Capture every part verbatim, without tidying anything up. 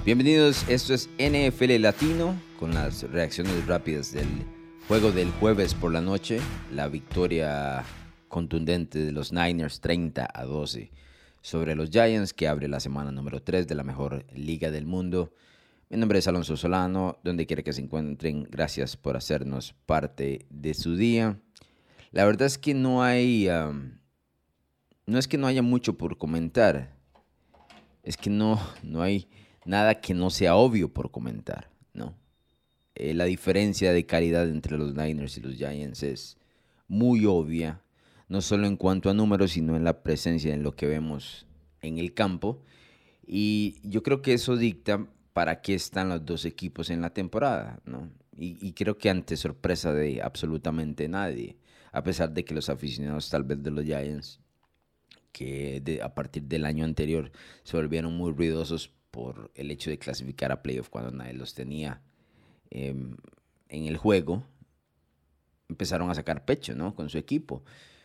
Bienvenidos, esto es N F L Latino con las reacciones rápidas del juego del jueves por la noche. La victoria contundente de los Niners treinta a doce sobre los Giants, que abre la semana número tres de la mejor liga del mundo. Mi nombre es Alonso Solano, donde quiera que se encuentren, gracias por hacernos parte de su día. La verdad es que no hay, um, no es que no haya mucho por comentar, es que no, no hay nada que no sea obvio por comentar, ¿no? Eh, la diferencia de calidad entre los Niners y los Giants es muy obvia, no solo en cuanto a números, sino en la presencia, en lo que vemos en el campo. Y yo creo que eso dicta para qué están los dos equipos en la temporada, ¿no? Y, y creo que ante sorpresa de absolutamente nadie, a pesar de que los aficionados tal vez de los Giants, que de, a partir del año anterior se volvieron muy ruidosos por el hecho de clasificar a playoff cuando nadie los tenía eh, en el juego, empezaron a sacar pecho, ¿no?, con su equipo.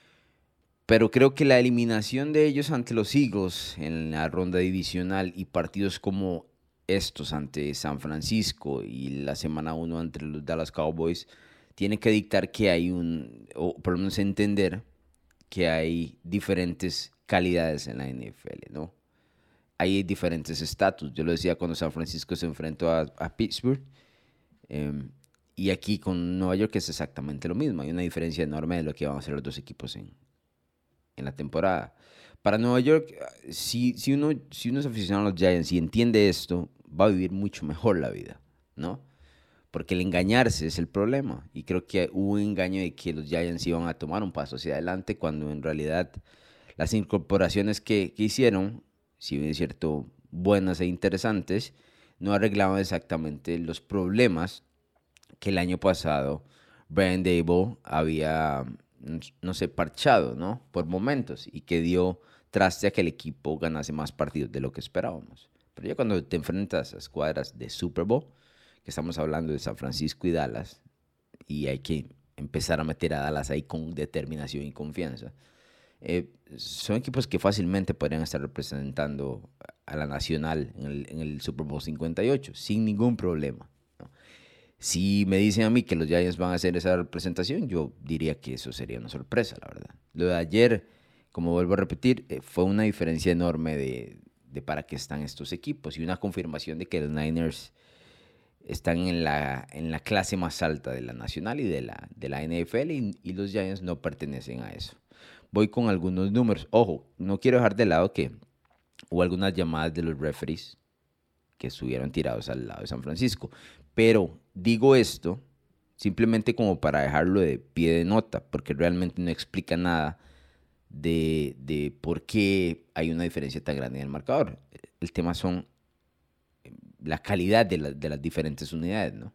Pero creo que la eliminación de ellos ante los Eagles en la ronda divisional y partidos como estos ante San Francisco y la semana uno ante los Dallas Cowboys tiene que dictar que hay un, o por lo menos entender que hay diferentes calidades en la N F L, ¿no? Hay diferentes estatus. Yo lo decía cuando San Francisco se enfrentó a, a Pittsburgh. Eh, y aquí con Nueva York es exactamente lo mismo. Hay una diferencia enorme de lo que van a hacer los dos equipos en, en la temporada. Para Nueva York, si, si, uno, si uno es aficionado a los Giants y entiende esto, va a vivir mucho mejor la vida, ¿no? Porque el engañarse es el problema. Y creo que hubo un engaño de que los Giants iban a tomar un paso hacia adelante cuando en realidad las incorporaciones que, que hicieron, si bien es cierto, buenas e interesantes, no arreglaban exactamente los problemas que el año pasado Brian Daboll había, no sé, parchado, ¿no?, por momentos, y que dio traste a que el equipo ganase más partidos de lo que esperábamos. Pero ya cuando te enfrentas a escuadras de Super Bowl, que estamos hablando de San Francisco y Dallas, y hay que empezar a meter a Dallas ahí con determinación y confianza, eh, son equipos que fácilmente podrían estar representando a la nacional en el, en el Super Bowl cincuenta y ocho, sin ningún problema, ¿no? Si me dicen a mí que los Giants van a hacer esa representación, yo diría que eso sería una sorpresa, la verdad. Lo de ayer, como vuelvo a repetir, eh, fue una diferencia enorme de, de para qué están estos equipos y una confirmación de que los Niners están en la, en la clase más alta de la nacional y de la, de la N F L, y, y los Giants no pertenecen a eso. Voy con algunos números. Ojo, no quiero dejar de lado que hubo algunas llamadas de los referees que estuvieron tirados al lado de San Francisco. Pero digo esto simplemente como para dejarlo de pie de nota, porque realmente no explica nada de, de por qué hay una diferencia tan grande en el marcador. El tema son la calidad de, la, de las diferentes unidades, ¿no?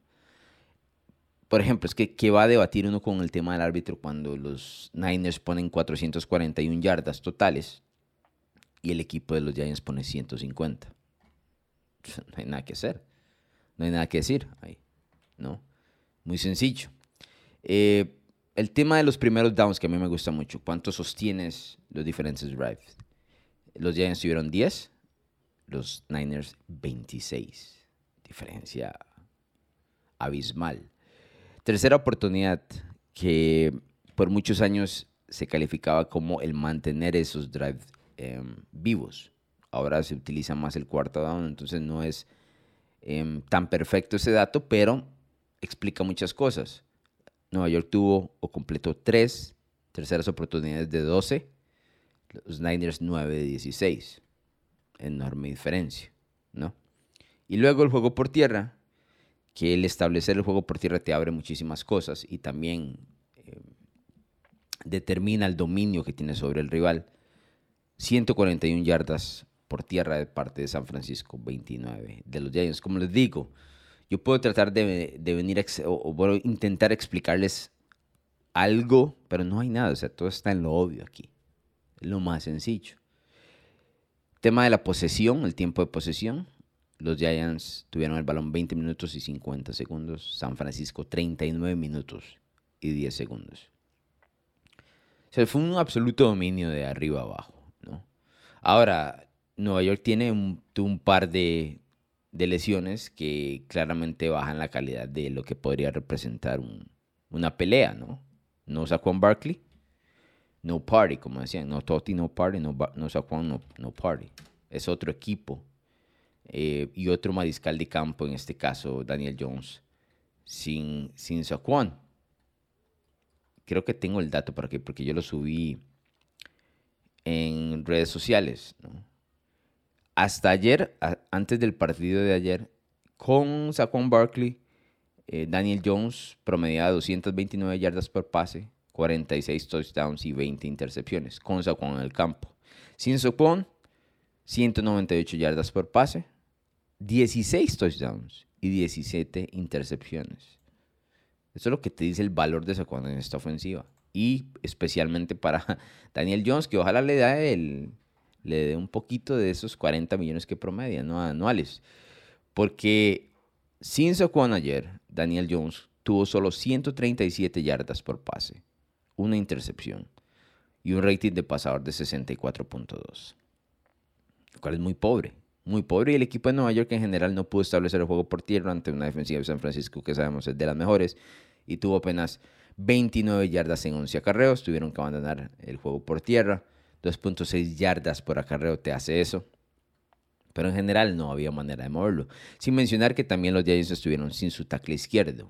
Por ejemplo, es que ¿qué va a debatir uno con el tema del árbitro cuando los Niners ponen cuatrocientas cuarenta y una yardas totales y el equipo de los Giants pone ciento cincuenta? No hay nada que hacer, no hay nada que decir ahí, ¿no? Muy sencillo. Eh, el tema de los primeros downs, que a mí me gusta mucho. ¿Cuánto sostienes los diferentes drives? Los Giants tuvieron diez, los Niners veintiséis. Diferencia abismal. Tercera oportunidad, que por muchos años se calificaba como el mantener esos drives eh, vivos. Ahora se utiliza más el cuarto down, entonces no es eh, tan perfecto ese dato, pero explica muchas cosas. Nueva York tuvo o completó tres terceras oportunidades de doce, los Niners nueve de dieciséis. Enorme diferencia, ¿no? Y luego el juego por tierra, que el establecer el juego por tierra te abre muchísimas cosas y también eh, determina el dominio que tienes sobre el rival. ciento cuarenta y una yardas por tierra de parte de San Francisco, veintinueve de los Giants. Como les digo, yo puedo tratar de, de venir ex, o, o puedo intentar explicarles algo, pero no hay nada. O sea, todo está en lo obvio aquí. Es lo más sencillo. Tema de la posesión, el tiempo de posesión. Los Giants tuvieron el balón veinte minutos y cincuenta segundos. San Francisco treinta y nueve minutos y diez segundos. O sea, fue un absoluto dominio de arriba a abajo, ¿no? Ahora, Nueva York tiene un, un par de, de lesiones que claramente bajan la calidad de lo que podría representar un, una pelea, ¿no? No Saquon Barkley, no party, como decían, no Totti, no party, no, no Saquon, no, no party. Es otro equipo eh, y otro mariscal de campo, en este caso Daniel Jones, sin, sin Saquon. Creo que tengo el dato para que, porque yo lo subí en redes sociales, ¿no? Hasta ayer, a, antes del partido de ayer, con Saquon Barkley, eh, Daniel Jones promediaba doscientas veintinueve yardas por pase, cuarenta y seis touchdowns y veinte intercepciones, con Saquon en el campo. Sin Saquon, ciento noventa y ocho yardas por pase, dieciséis touchdowns y diecisiete intercepciones. Eso es lo que te dice el valor de Saquon en esta ofensiva. Y especialmente para Daniel Jones, que ojalá le dé el... le dé un poquito de esos cuarenta millones que promedia, ¿no? Anuales. Porque sin Saquon ayer, Daniel Jones tuvo solo ciento treinta y siete yardas por pase, una intercepción y un rating de pasador de sesenta y cuatro punto dos. Lo cual es muy pobre, muy pobre. Y el equipo de Nueva York en general no pudo establecer el juego por tierra ante una defensiva de San Francisco que sabemos es de las mejores. Y tuvo apenas veintinueve yardas en once acarreos. Tuvieron que abandonar el juego por tierra. dos punto seis yardas por acarreo te hace eso. Pero en general no había manera de moverlo. Sin mencionar que también los Giants estuvieron sin su tackle izquierdo,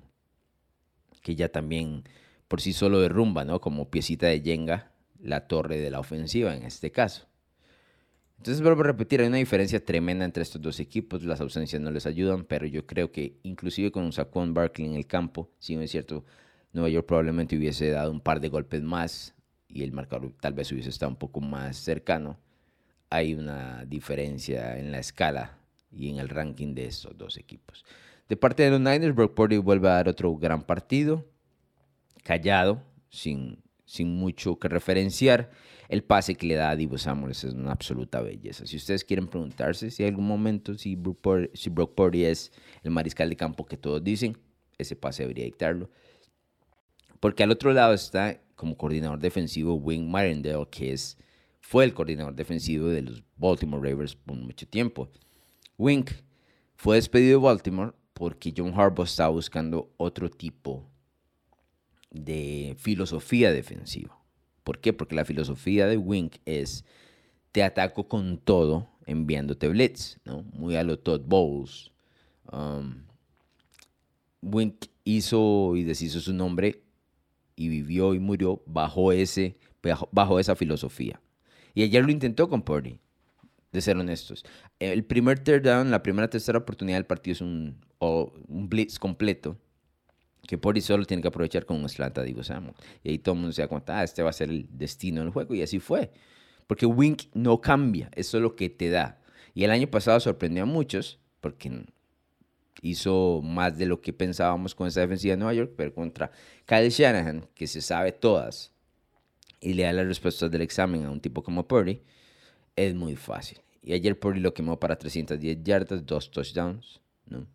que ya también por sí solo derrumba, ¿no? Como piecita de Jenga, la torre de la ofensiva en este caso. Entonces, vuelvo a repetir, hay una diferencia tremenda entre estos dos equipos. Las ausencias no les ayudan, pero yo creo que inclusive con un Saquon Barkley en el campo, si no es cierto, Nueva York probablemente hubiese dado un par de golpes más y el marcador tal vez hubiese estado un poco más cercano. Hay una diferencia en la escala y en el ranking de estos dos equipos. De parte de los Niners, Brock Purdy vuelve a dar otro gran partido, callado, sin, sin mucho que referenciar. El pase que le da a Deebo Samuel es una absoluta belleza. Si ustedes quieren preguntarse si en algún momento si Brock Purdy, si Brock Purdy es el mariscal de campo que todos dicen, ese pase debería dictarlo. Porque al otro lado está como coordinador defensivo Wink Martindale, que es, fue el coordinador defensivo de los Baltimore Ravens por mucho tiempo. Wink fue despedido de Baltimore porque John Harbaugh estaba buscando otro tipo de filosofía defensiva. ¿Por qué? Porque la filosofía de Wink es te ataco con todo enviándote blitz, ¿no? Muy a lo Todd Bowles. Um, Wink hizo y deshizo su nombre y vivió y murió bajo, ese, bajo, bajo esa filosofía. Y ayer lo intentó con Purdy, de ser honestos. El primer third down, la primera tercera oportunidad del partido es un, oh, un blitz completo que Purdy solo tiene que aprovechar con un slant a Deebo Samuel. Y ahí todo el mundo se da cuenta, ah, este va a ser el destino del juego. Y así fue. Porque Wink no cambia, eso es lo que te da. Y el año pasado sorprendió a muchos porque hizo más de lo que pensábamos con esa defensiva de Nueva York, pero contra Kyle Shanahan, que se sabe todas, y le da las respuestas del examen a un tipo como Purdy, es muy fácil. Y ayer Purdy lo quemó para trescientas diez yardas, dos touchdowns, ¿no?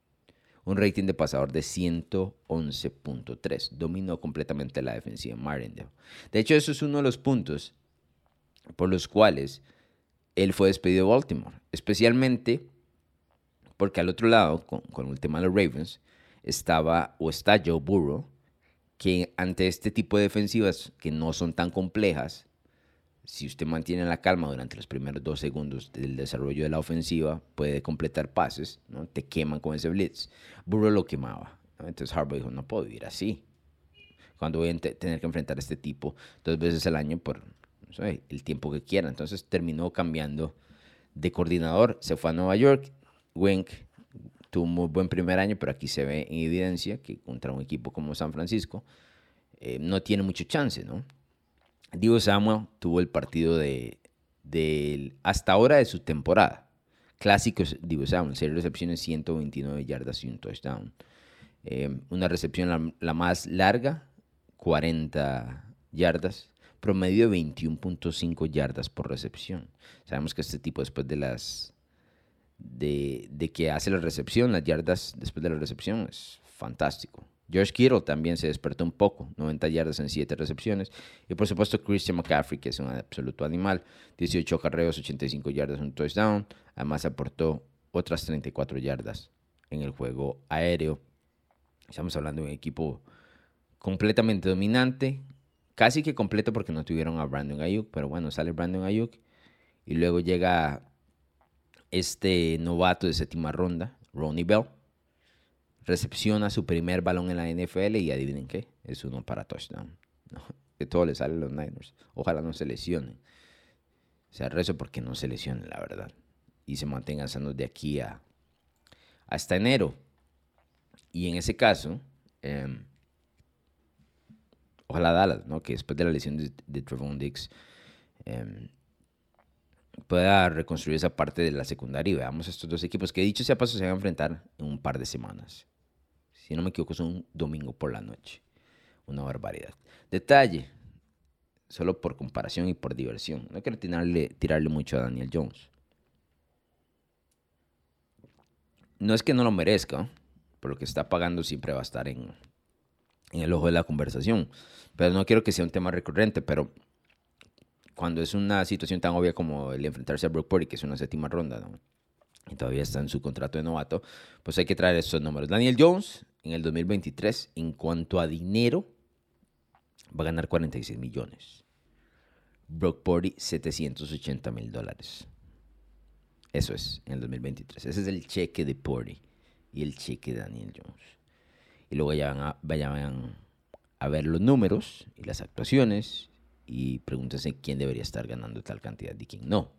Un rating de pasador de ciento once punto tres. Dominó completamente la defensiva de Martindale. De hecho, eso es uno de los puntos por los cuales él fue despedido de Baltimore. Especialmente porque al otro lado, con, con el tema de los Ravens, estaba o está Joe Burrow, que ante este tipo de defensivas que no son tan complejas, si usted mantiene la calma durante los primeros dos segundos del desarrollo de la ofensiva, puede completar pases, ¿no? Te queman con ese blitz. Burrow lo quemaba, ¿no? Entonces Harbaugh dijo, no puedo vivir así. Cuando voy a tener que enfrentar a este tipo dos veces al año por no sé, el tiempo que quiera. Entonces terminó cambiando de coordinador, se fue a Nueva York. Wink tuvo un muy buen primer año, pero aquí se ve en evidencia que contra un equipo como San Francisco eh, no tiene mucho chance, ¿no? Deebo Samuel tuvo el partido de, de hasta ahora de su temporada. Clásicos Deebo Samuel, seis recepciones, ciento veintinueve yardas y un touchdown. Eh, una recepción la, la más larga, cuarenta yardas. Promedio de veintiuno punto cinco yardas por recepción. Sabemos que este tipo después de las de, de que hace la recepción, las yardas después de la recepción es fantástico. George Kittle también se despertó un poco, noventa yardas en siete recepciones. Y por supuesto Christian McCaffrey, que es un absoluto animal, dieciocho acarreos, ochenta y cinco yardas, un touchdown. Además aportó otras treinta y cuatro yardas en el juego aéreo. Estamos hablando de un equipo completamente dominante, casi que completo porque no tuvieron a Brandon Ayuk, pero bueno, sale Brandon Ayuk y luego llega este novato de séptima ronda, Ronnie Bell, recepciona su primer balón en la N F L y adivinen qué, es uno para touchdown. No, que todo le sale a los Niners. Ojalá no se lesionen. O sea, rezo porque no se lesionen, la verdad. Y se mantengan sanos de aquí a hasta enero. Y en ese caso, eh, ojalá Dallas, ¿no? Que después de la lesión de, de Trevon Diggs eh, pueda reconstruir esa parte de la secundaria y veamos estos dos equipos que, dicho sea paso, se van a enfrentar en un par de semanas. Si no me equivoco, es un domingo por la noche. Una barbaridad. Detalle, solo por comparación y por diversión. No quiero tirarle, tirarle mucho a Daniel Jones. No es que no lo merezca, por lo que está pagando siempre va a estar en, en el ojo de la conversación. Pero no quiero que sea un tema recurrente, pero cuando es una situación tan obvia como el enfrentarse a Brock Purdy, que es una séptima ronda, ¿no? Y todavía está en su contrato de novato, pues hay que traer estos números. Daniel Jones, en el dos mil veintitrés, en cuanto a dinero, va a ganar cuarenta y seis millones. Brock Purdy, setecientos ochenta mil dólares. Eso es, en el dos mil veintitrés. Ese es el cheque de Purdy y el cheque de Daniel Jones. Y luego vayan a, vayan a ver los números y las actuaciones y pregúntense quién debería estar ganando tal cantidad y quién no.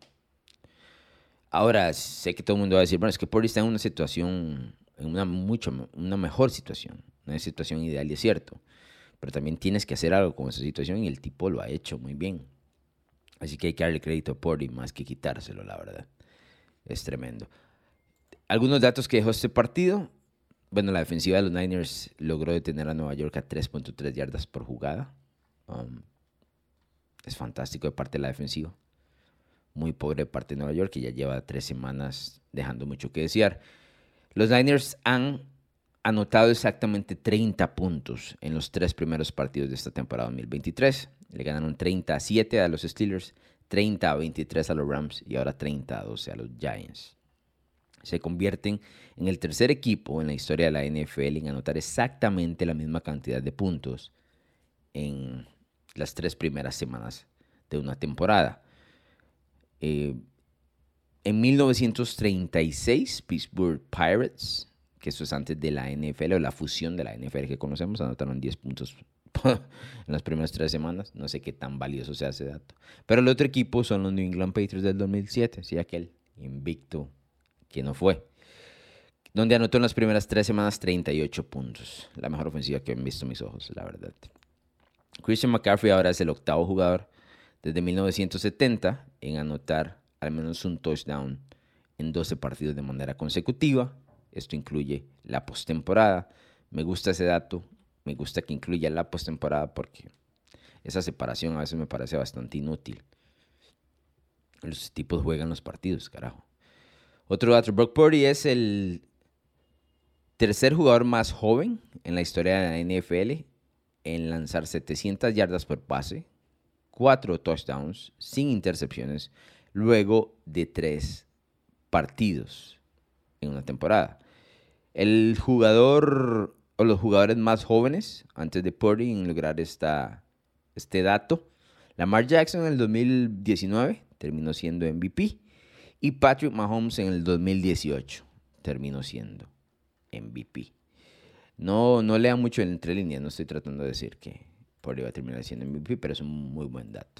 Ahora, sé que todo el mundo va a decir, bueno, es que Purdy está en una situación, en una, mucho, una mejor situación, una situación ideal y es cierto. Pero también tienes que hacer algo con esa situación y el tipo lo ha hecho muy bien. Así que hay que darle crédito a Purdy más que quitárselo, la verdad. Es tremendo. Algunos datos que dejó este partido. Bueno, la defensiva de los Niners logró detener a Nueva York a tres punto tres yardas por jugada. Um, es fantástico de parte de la defensiva. Muy pobre de parte de Nueva York, que ya lleva tres semanas dejando mucho que desear. Los Niners han anotado exactamente treinta puntos en los tres primeros partidos de esta temporada dos mil veintitrés. Le ganaron treinta a siete a los Steelers, treinta a veintitrés a los Rams y ahora treinta a doce a los Giants. Se convierten en el tercer equipo en la historia de la N F L en anotar exactamente la misma cantidad de puntos en las tres primeras semanas de una temporada. Eh, en mil novecientos treinta y seis, Pittsburgh Pirates, que eso es antes de la N F L o la fusión de la N F L que conocemos, anotaron diez puntos en las primeras tres semanas. No sé qué tan valioso sea ese dato. Pero el otro equipo son los New England Patriots del dos mil siete, sí, aquel invicto que no fue, donde anotó en las primeras tres semanas treinta y ocho puntos. La mejor ofensiva que han visto mis ojos, la verdad. Christian McCaffrey ahora es el octavo jugador desde mil novecientos setenta en anotar al menos un touchdown en doce partidos de manera consecutiva. Esto incluye la postemporada. Me gusta ese dato. Me gusta que incluya la postemporada porque esa separación a veces me parece bastante inútil. Los tipos juegan los partidos, carajo. Otro dato, Brock Purdy es el tercer jugador más joven en la historia de la N F L en lanzar setecientas yardas por pase, cuatro touchdowns sin intercepciones, luego de tres partidos en una temporada. El jugador o los jugadores más jóvenes antes de Purdy en lograr esta, este dato, Lamar Jackson en el dos mil diecinueve terminó siendo M V P y Patrick Mahomes en el dos mil dieciocho terminó siendo M V P. No, no lean mucho entre líneas, no estoy tratando de decir que Purdy va a terminar siendo M V P, pero es un muy buen dato.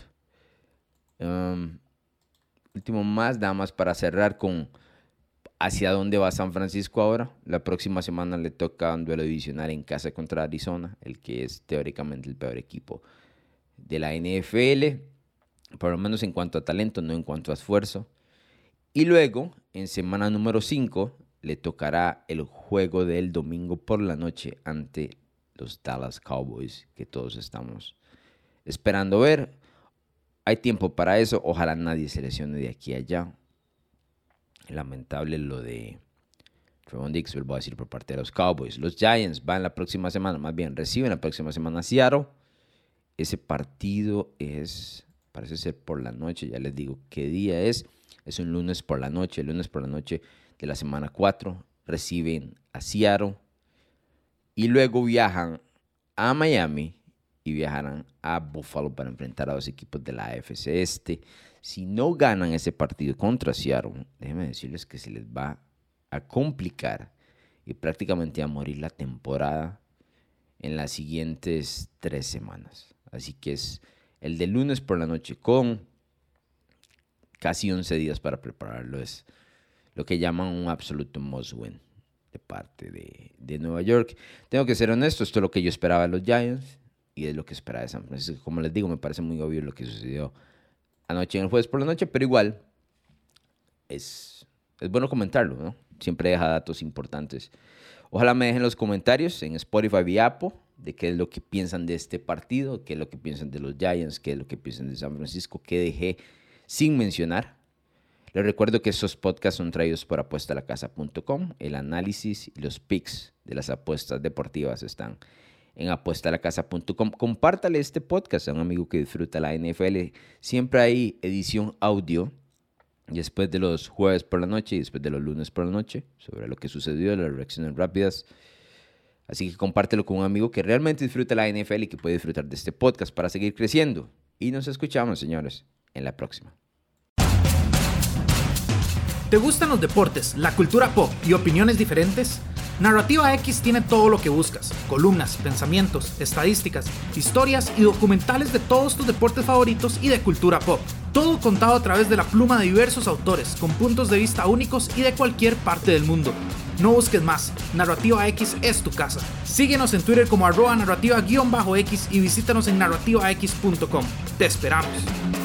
Um, último más, nada más para cerrar con hacia dónde va San Francisco ahora. La próxima semana le toca un duelo divisional en casa contra Arizona, el que es teóricamente el peor equipo de la N F L, por lo menos en cuanto a talento, no en cuanto a esfuerzo. Y luego, en semana número cinco, le tocará el juego del domingo por la noche ante los Dallas Cowboys, que todos estamos esperando ver. Hay tiempo para eso. Ojalá nadie se lesione de aquí a allá. Lamentable lo de Trevon Diggs, vuelvo a decir, por parte de los Cowboys. Los Giants van la próxima semana, más bien reciben la próxima semana a Seattle. Ese partido es, parece ser por la noche, ya les digo qué día es. Es un lunes por la noche. El lunes por la noche de la semana cuatro, reciben a Seattle y luego viajan a Miami y viajarán a Buffalo para enfrentar a dos equipos de la A F C Este. Si no ganan ese partido contra Seattle, déjenme decirles que se les va a complicar y prácticamente a morir la temporada en las siguientes tres semanas. Así que es el de lunes por la noche con casi once días para prepararlo. Es lo que llaman un absoluto must win de parte de, de Nueva York. Tengo que ser honesto, esto es lo que yo esperaba de los Giants y es lo que esperaba de San Francisco. Como les digo, me parece muy obvio lo que sucedió anoche en el jueves por la noche, pero igual es, es bueno comentarlo, ¿no? Siempre deja datos importantes. Ojalá me dejen los comentarios en Spotify y Apple de qué es lo que piensan de este partido, qué es lo que piensan de los Giants, qué es lo que piensan de San Francisco, qué dejé sin mencionar. Les recuerdo que estos podcasts son traídos por apuesta la casa punto com. El análisis y los picks de las apuestas deportivas están en apuesta la casa punto com. Compártale este podcast a un amigo que disfruta la N F L. Siempre hay edición audio después de los jueves por la noche y después de los lunes por la noche sobre lo que sucedió, las reacciones rápidas. Así que compártelo con un amigo que realmente disfruta la N F L y que puede disfrutar de este podcast para seguir creciendo. Y nos escuchamos, señores, en la próxima. ¿Te gustan los deportes, la cultura pop y opiniones diferentes? Narrativa X tiene todo lo que buscas: columnas, pensamientos, estadísticas, historias y documentales de todos tus deportes favoritos y de cultura pop. Todo contado a través de la pluma de diversos autores, con puntos de vista únicos y de cualquier parte del mundo. No busques más, Narrativa X es tu casa. Síguenos en Twitter como arroba narrativa-x y visítanos en narrativa x punto com. Te esperamos.